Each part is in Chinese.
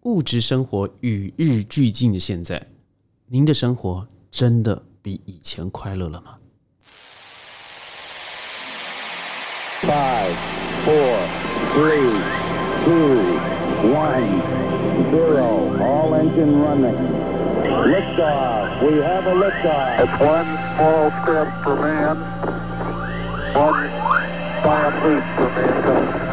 物质生活与日俱进的现在，您的生活真的比以前快乐了吗 ？5, 4, 3, 2, 1, 0. All engine running. Liftoff. We have a liftoff. It's one small step for man, one giant leap for mankind.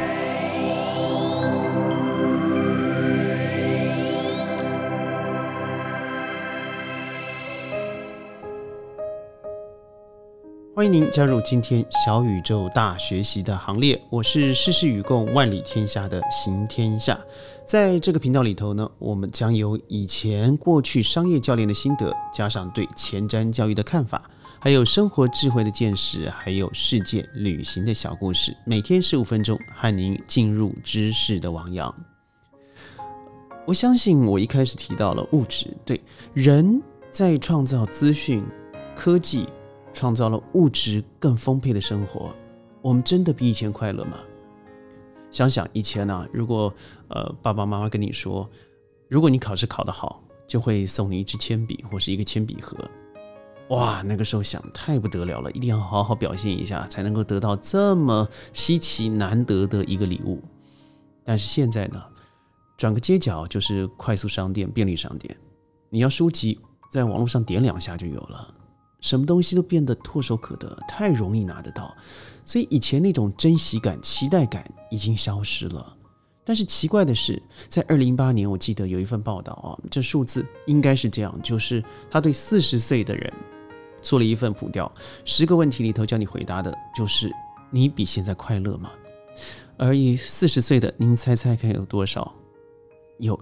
欢迎您加入今天小宇宙大学习的行列，我是事事与共万里天下的行天下。在这个频道里头呢，我们将由以前过去商业教练的心得，加上对前瞻教育的看法，还有生活智慧的见识，还有世界旅行的小故事，每天15分钟和您进入知识的汪洋。我相信我一开始提到了物质，对，人在创造资讯科技创造了物质更丰沛的生活，我们真的比以前快乐吗？想想以前啊，如果爸爸妈妈跟你说，如果你考试考得好，就会送你一支铅笔或是一个铅笔盒，哇，那个时候想太不得了了，一定要好好表现一下，才能够得到这么稀奇难得的一个礼物。但是现在呢，转个街角就是快速商店、便利商店，你要书籍，在网络上点2下就有了。什么东西都变得唾手可得，太容易拿得到，所以以前那种珍惜感、期待感已经消失了。但是奇怪的是，在2018年，我记得有一份报道这数字应该是这样，就是他对40岁的人做了一份普调，10个问题里头叫你回答的就是你比现在快乐吗？而以40岁的，您猜猜看有多少？有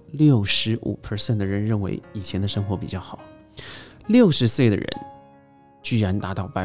65% 的人认为以前的生活比较好。60岁的人居然达到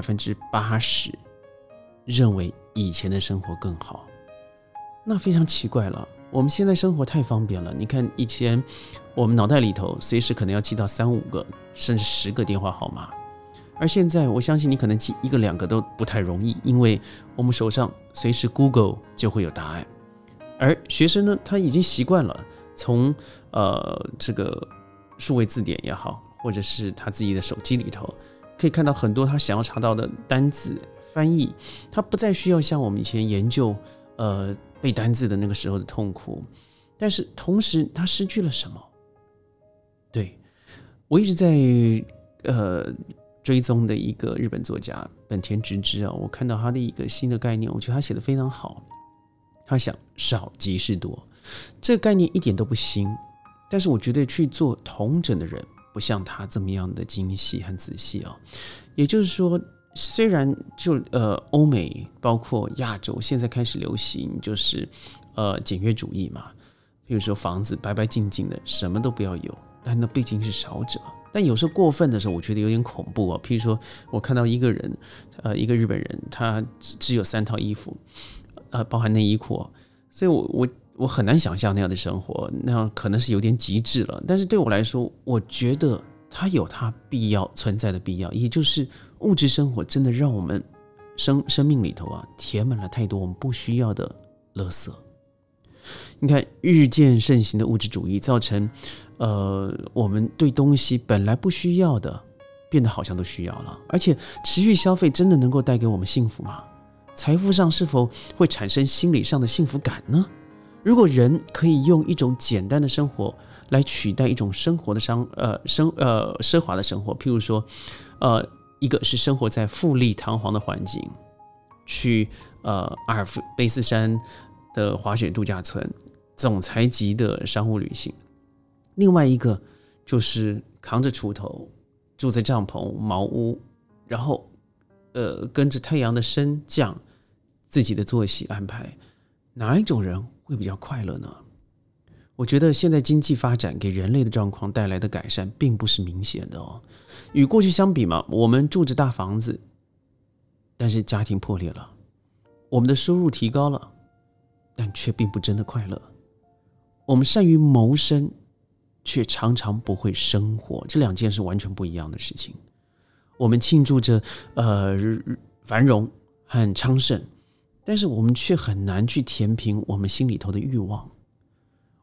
80% 认为以前的生活更好，那非常奇怪了。我们现在生活太方便了，你看以前我们脑袋里头随时可能要记到3-5个甚至10个电话号码，而现在我相信你可能记1个2个都不太容易，因为我们手上随时 Google 就会有答案。而学生呢，他已经习惯了从这个数位字典也好，或者是他自己的手机里头可以看到很多他想要查到的单字翻译，他不再需要像我们以前研究背单字的那个时候的痛苦，但是同时他失去了什么？对，我一直在追踪的一个日本作家本田直之我看到他的一个新的概念，我觉得他写得非常好。他想少即是多，这个概念一点都不新，但是我觉得去做统整的人不像他这么样的精细和仔细也就是说，虽然就欧美包括亚洲现在开始流行就是简约主义嘛，比如说房子白白净净的，什么都不要有，但那毕竟是少者。但有时候过分的时候，我觉得有点恐怖譬如说，我看到一个人，一个日本人，他只有3套衣服，包含内衣裤所以我很难想象那样的生活，那样可能是有点极致了。但是对我来说，我觉得它有它必要存在的必要，也就是物质生活真的让我们生命里头填满了太多我们不需要的垃圾。你看日渐盛行的物质主义造成我们对东西本来不需要的变得好像都需要了，而且持续消费真的能够带给我们幸福吗？财富上是否会产生心理上的幸福感呢？如果人可以用一种简单的生活来取代一种生活的奢华的生活，譬如说一个是生活在富丽堂皇的环境，去阿尔卑斯山的滑雪度假村，总裁级的商务旅行；另外一个就是扛着锄头，住在帐篷茅屋，然后跟着太阳的升降，自己的作息安排，哪一种人会比较快乐呢？我觉得现在经济发展给人类的状况带来的改善并不是明显的与过去相比嘛，我们住着大房子，但是家庭破裂了；我们的收入提高了，但却并不真的快乐；我们善于谋生，却常常不会生活，这2件是完全不一样的事情。我们庆祝着繁荣和昌盛，但是我们却很难去填平我们心里头的欲望。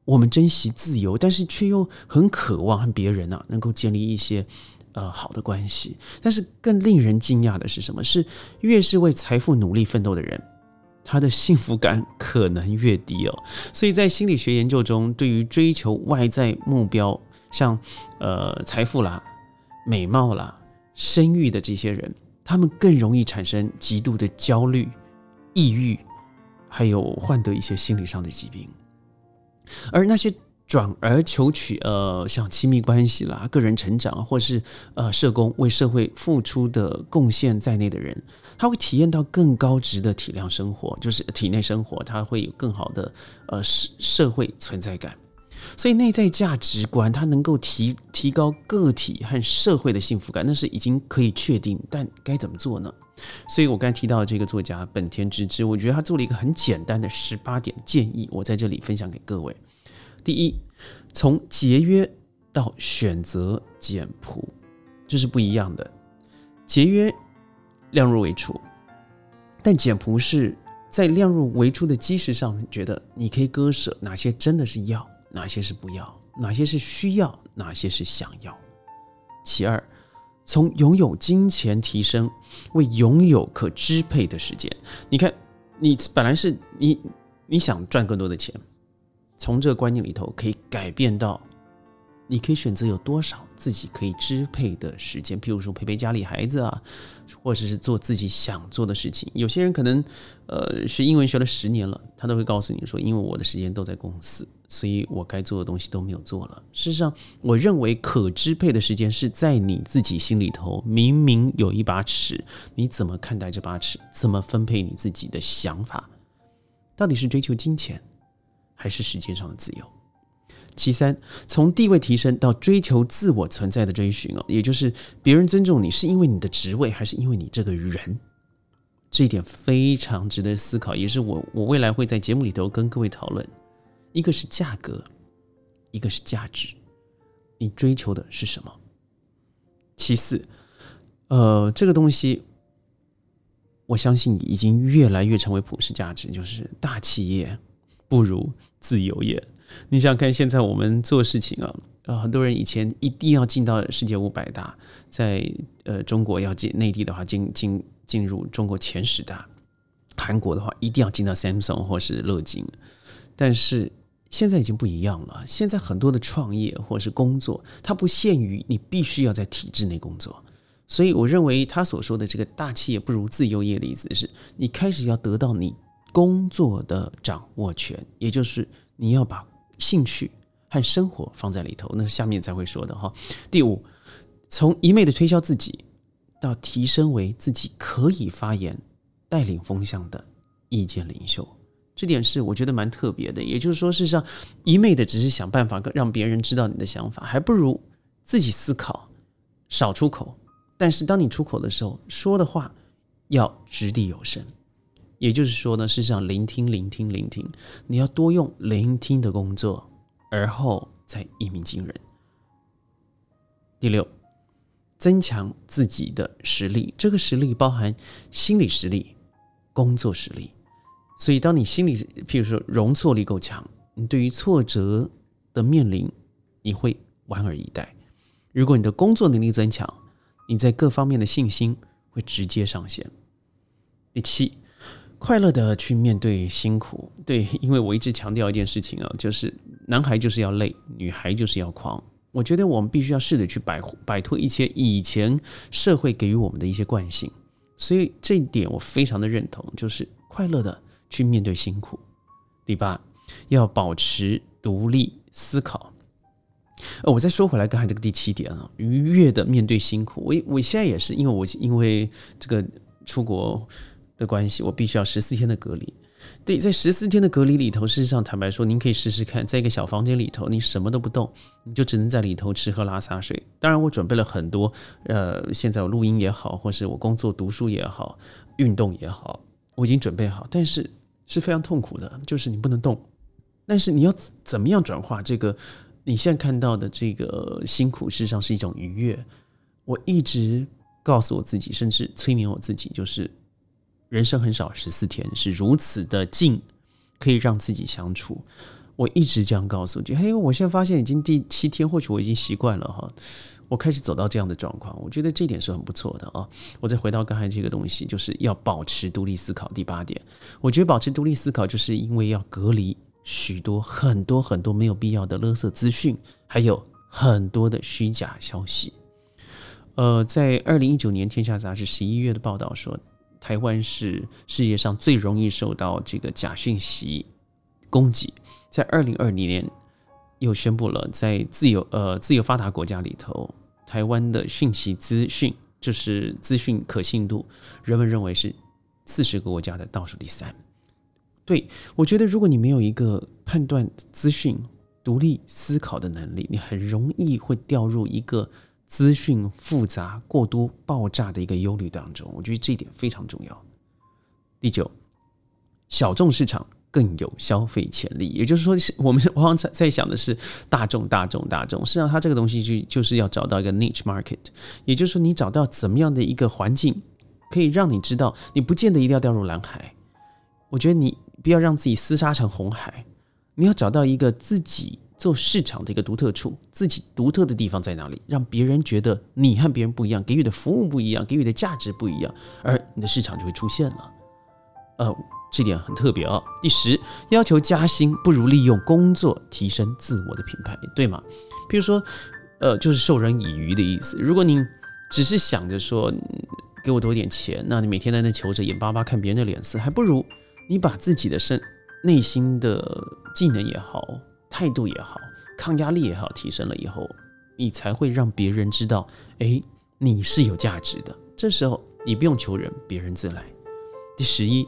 我们珍惜自由，但是却又很渴望和别人能够建立一些好的关系。但是更令人惊讶的是什么？是越是为财富努力奋斗的人，他的幸福感可能越低哦。所以在心理学研究中，对于追求外在目标，像财富啦、美貌啦、声誉的这些人，他们更容易产生极度的焦虑、抑郁，还有患得一些心理上的疾病。而那些转而求取像亲密关系啦、个人成长，或是社工为社会付出的贡献在内的人，他会体验到更高质的体量生活，就是体内生活，他会有更好的社会存在感。所以内在价值观它能够提高个体和社会的幸福感，那是已经可以确定，但该怎么做呢？所以我刚才提到的这个作家本田直之，我觉得他做了一个很简单的18点建议，我在这里分享给各位。第一，从节约到选择简朴，这是不一样的。节约量入为出，但简朴是在量入为出的基石上，觉得你可以割舍哪些真的是要，哪些是不要，哪些是需要，哪些是想要。其二，从拥有金钱提升为拥有可支配的时间。你看，你本来是你想赚更多的钱，从这个观念里头可以改变到你可以选择有多少自己可以支配的时间，譬如说陪陪家里孩子啊，或者是做自己想做的事情。有些人可能学英文学了10年了，他都会告诉你说，因为我的时间都在公司，所以我该做的东西都没有做了。事实上，我认为可支配的时间是在你自己心里头明明有一把尺，你怎么看待这把尺，怎么分配你自己的想法，到底是追求金钱还是时间上的自由。其三，从地位提升到追求自我存在的追寻，也就是别人尊重你是因为你的职位还是因为你这个人，这一点非常值得思考，也是我未来会在节目里头跟各位讨论。一个是价格，一个是价值，你追求的是什么？其四，这个东西我相信已经越来越成为普世价值，就是大企业不如自由业。你想想看，现在我们做事情很多人以前一定要进到世界500大，在中国要进内地的话进入中国前10大，韩国的话一定要进到 Samsung 或是乐金。但是现在已经不一样了，现在很多的创业或是工作，它不限于你必须要在体制内工作。所以我认为他所说的这个大企业不如自由业的意思是，你开始要得到你工作的掌握权，也就是你要把兴趣和生活放在里头，那是下面才会说的哈。第五，从一昧的推销自己到提升为自己可以发言、带领风向的意见领袖，这点是我觉得蛮特别的。也就是说，事实上一昧的只是想办法让别人知道你的想法，还不如自己思考，少出口。但是当你出口的时候，说的话要掷地有声。也就是说呢，事实上聆听，你要多用聆听的工作，而后再一鸣惊人。第六，增强自己的实力，这个实力包含心理实力、工作实力。所以当你心理譬如说容错力够强，你对于挫折的面临你会莞尔以待。如果你的工作能力增强，你在各方面的信心会直接上线。第七，快乐的去面对辛苦。对，因为我一直强调一件事情就是男孩就是要累，女孩就是要狂。我觉得我们必须要试着去摆脱一些以前社会给予我们的一些惯性，所以这一点我非常的认同，就是快乐的去面对辛苦。第八，要保持独立思考。我再说回来刚才这个第七点愉悦的面对辛苦。我现在也是因为这个出国的关系，我必须要14天的隔离。对，在14天的隔离里头，事实上坦白说，您可以试试看，在一个小房间里头，你什么都不动，你就只能在里头吃喝拉撒睡。当然我准备了很多现在我录音也好，或是我工作读书也好，运动也好，我已经准备好，但是是非常痛苦的，就是你不能动。但是你要怎么样转化这个你现在看到的这个辛苦，事实上是一种愉悦。我一直告诉我自己，甚至催眠我自己，就是人生很少14天是如此的近，可以让自己相处。 我一直这样告诉你，嘿，我现在发现已经第7天，或许我已经习惯了哈，我开始走到这样的状况，我觉得这点是很不错的啊。我再回到刚才这个东西，就是要保持独立思考。第8点，我觉得保持独立思考，就是因为要隔离很多没有必要的垃圾资讯，还有很多的虚假消息。在2019年《天下杂志》11月的报道说，台湾是世界上最容易受到这个假讯息攻击。在2020年又宣布了，在自由发达国家里头，台湾的讯息资讯就是资讯可信度，人们认为是40个国家的倒数第3。对，我觉得如果你没有一个判断资讯、独立思考的能力，你很容易会掉入一个资讯复杂、过多爆炸的一个忧虑当中。我觉得这一点非常重要。第9，小众市场更有消费潜力，也就是说，我们往往在想的是大众。实际上，它这个东西就是要找到一个 niche market， 也就是说，你找到怎么样的一个环境，可以让你知道，你不见得一定要掉入蓝海。我觉得你不要让自己厮杀成红海，你要找到一个自己做市场的一个独特处，自己独特的地方在哪里，让别人觉得你和别人不一样，给予的服务不一样，给予的价值不一样，而你的市场就会出现了。这点很特别哦。第10，要求加薪不如利用工作提升自我的品牌，对吗？譬如说，就是授人以鱼的意思。如果你只是想着说给我多一点钱，那你每天在那求着眼巴巴看别人的脸色，还不如你把自己的内心的技能也好，态度也好，抗压力也好提升了以后，你才会让别人知道，你是有价值的。这时候你不用求人，别人自来。第11，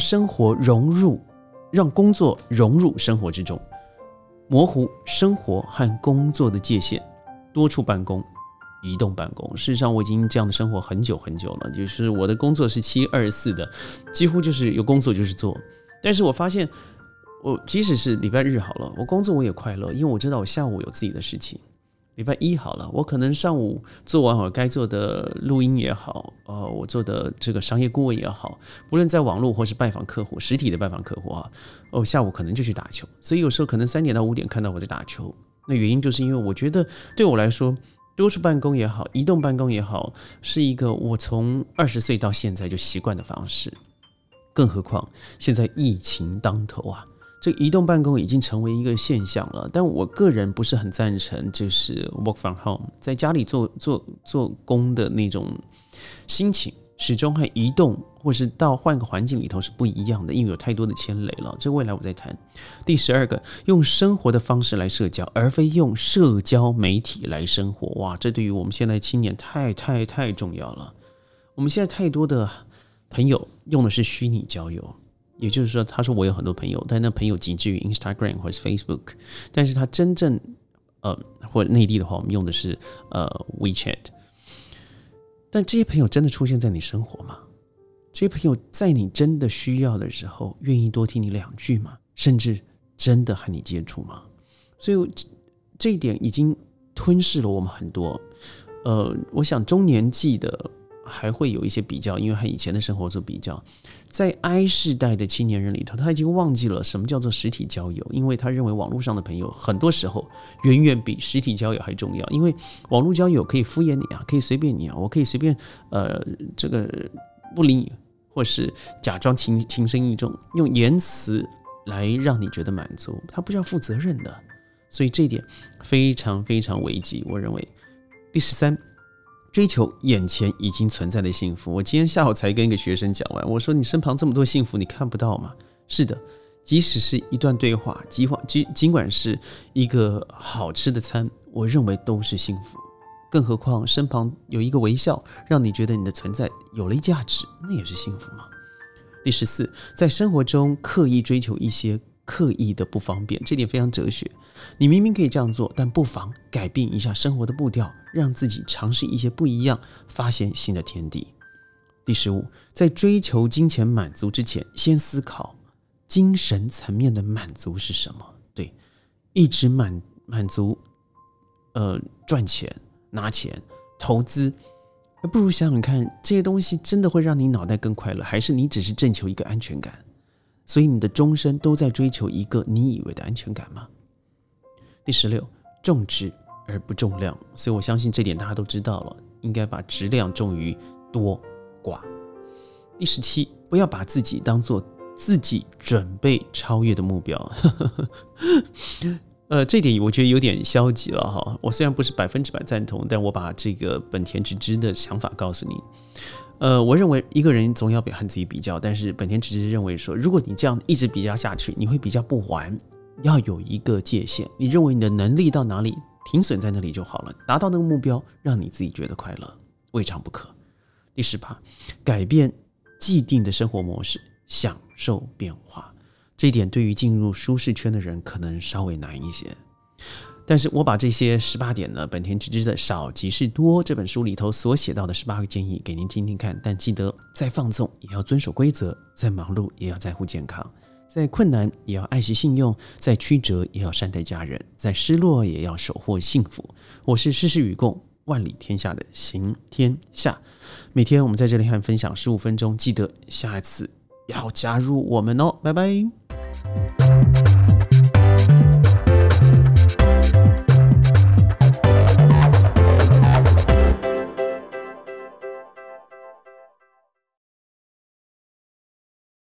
让工作融入生活之中，模糊生活和工作的界限，多处办公，移动办公。事实上，我已经这样的生活很久了，就是我的工作是724的，几乎就是有工作就是做。但是我发现，我即使是礼拜日好了，我工作我也快乐，因为我知道我下午有自己的事情。礼拜1好了，我可能上午做完我该做的录音也好，我做的这个商业顾问也好，不论在网络或是拜访客户，实体的拜访客户啊，下午可能就去打球。所以有时候可能3点到5点看到我在打球，那原因就是因为我觉得对我来说，多处办公也好，移动办公也好，是一个我从20岁到现在就习惯的方式。更何况现在疫情当头啊，这个移动办公已经成为一个现象了，但我个人不是很赞成，就是 work from home， 在家里做工的那种心情，始终和移动或是到换个环境里头是不一样的，因为有太多的牵累了。这未来我再谈。第12个，用生活的方式来社交，而非用社交媒体来生活。哇，这对于我们现在青年太重要了。我们现在太多的朋友用的是虚拟交友。也就是说，他说我有很多朋友，但那朋友仅止于 Instagram 或是 Facebook， 但是他真正或者内地的话，我们用的是WeChat。但这些朋友真的出现在你生活吗？这些朋友在你真的需要的时候，愿意多听你2句吗？甚至真的和你接触吗？所以这一点已经吞噬了我们很多。我想中年纪的还会有一些比较，因为和以前的生活做比较。在 I 世代的青年人里头，他已经忘记了什么叫做实体交友，因为他认为网络上的朋友很多时候远远比实体交友还重要。因为网络交友可以敷衍你啊，可以随便你啊，我可以随便这个不理你，或是假装情深意重，用言辞来让你觉得满足，他不是要负责任的。所以这一点非常危急，我认为。第13，追求眼前已经存在的幸福。我今天下午才跟一个学生讲完，我说你身旁这么多幸福，你看不到吗？是的，即使是一段对话，尽管是一个好吃的餐，我认为都是幸福。更何况身旁有一个微笑，让你觉得你的存在有了价值，那也是幸福吗？第14，在生活中刻意追求一些刻意的不方便，这点非常哲学。你明明可以这样做，但不妨改变一下生活的步调，让自己尝试一些不一样，发现新的天地。第15，在追求金钱满足之前，先思考精神层面的满足是什么。对，一直满足赚钱、拿钱、投资，不如想想看，这些东西真的会让你脑袋更快乐，还是你只是征求一个安全感？ 所以你的终身都在追求一个你以为的安全感吗？第16，重质而不重量，所以我相信这点大家都知道了，应该把质量重于多寡。第17，不要把自己当作自己准备超越的目标。这点我觉得有点消极了哈。我虽然不是100%赞同，但我把这个本田直之的想法告诉你。我认为一个人总要和自己比较，但是本田直之认为说，如果你这样一直比较下去，你会比较不完，要有一个界限。你认为你的能力到哪里，停损在那里就好了，达到那个目标，让你自己觉得快乐，未尝不可。第18，改变既定的生活模式，享受变化。这一点对于进入舒适圈的人可能稍微难一些，但是我把这些18点呢，本田直之的《少即是多》这本书里头所写到的18个建议给您听听看。但记得，再放纵也要遵守规则，再忙碌也要在乎健康，在困难也要爱惜信用，在曲折也要善待家人，在失落也要守护幸福。我是事事与共，万里天下的行天下。每天我们在这里和分享15分钟，记得下一次要加入我们哦，拜拜。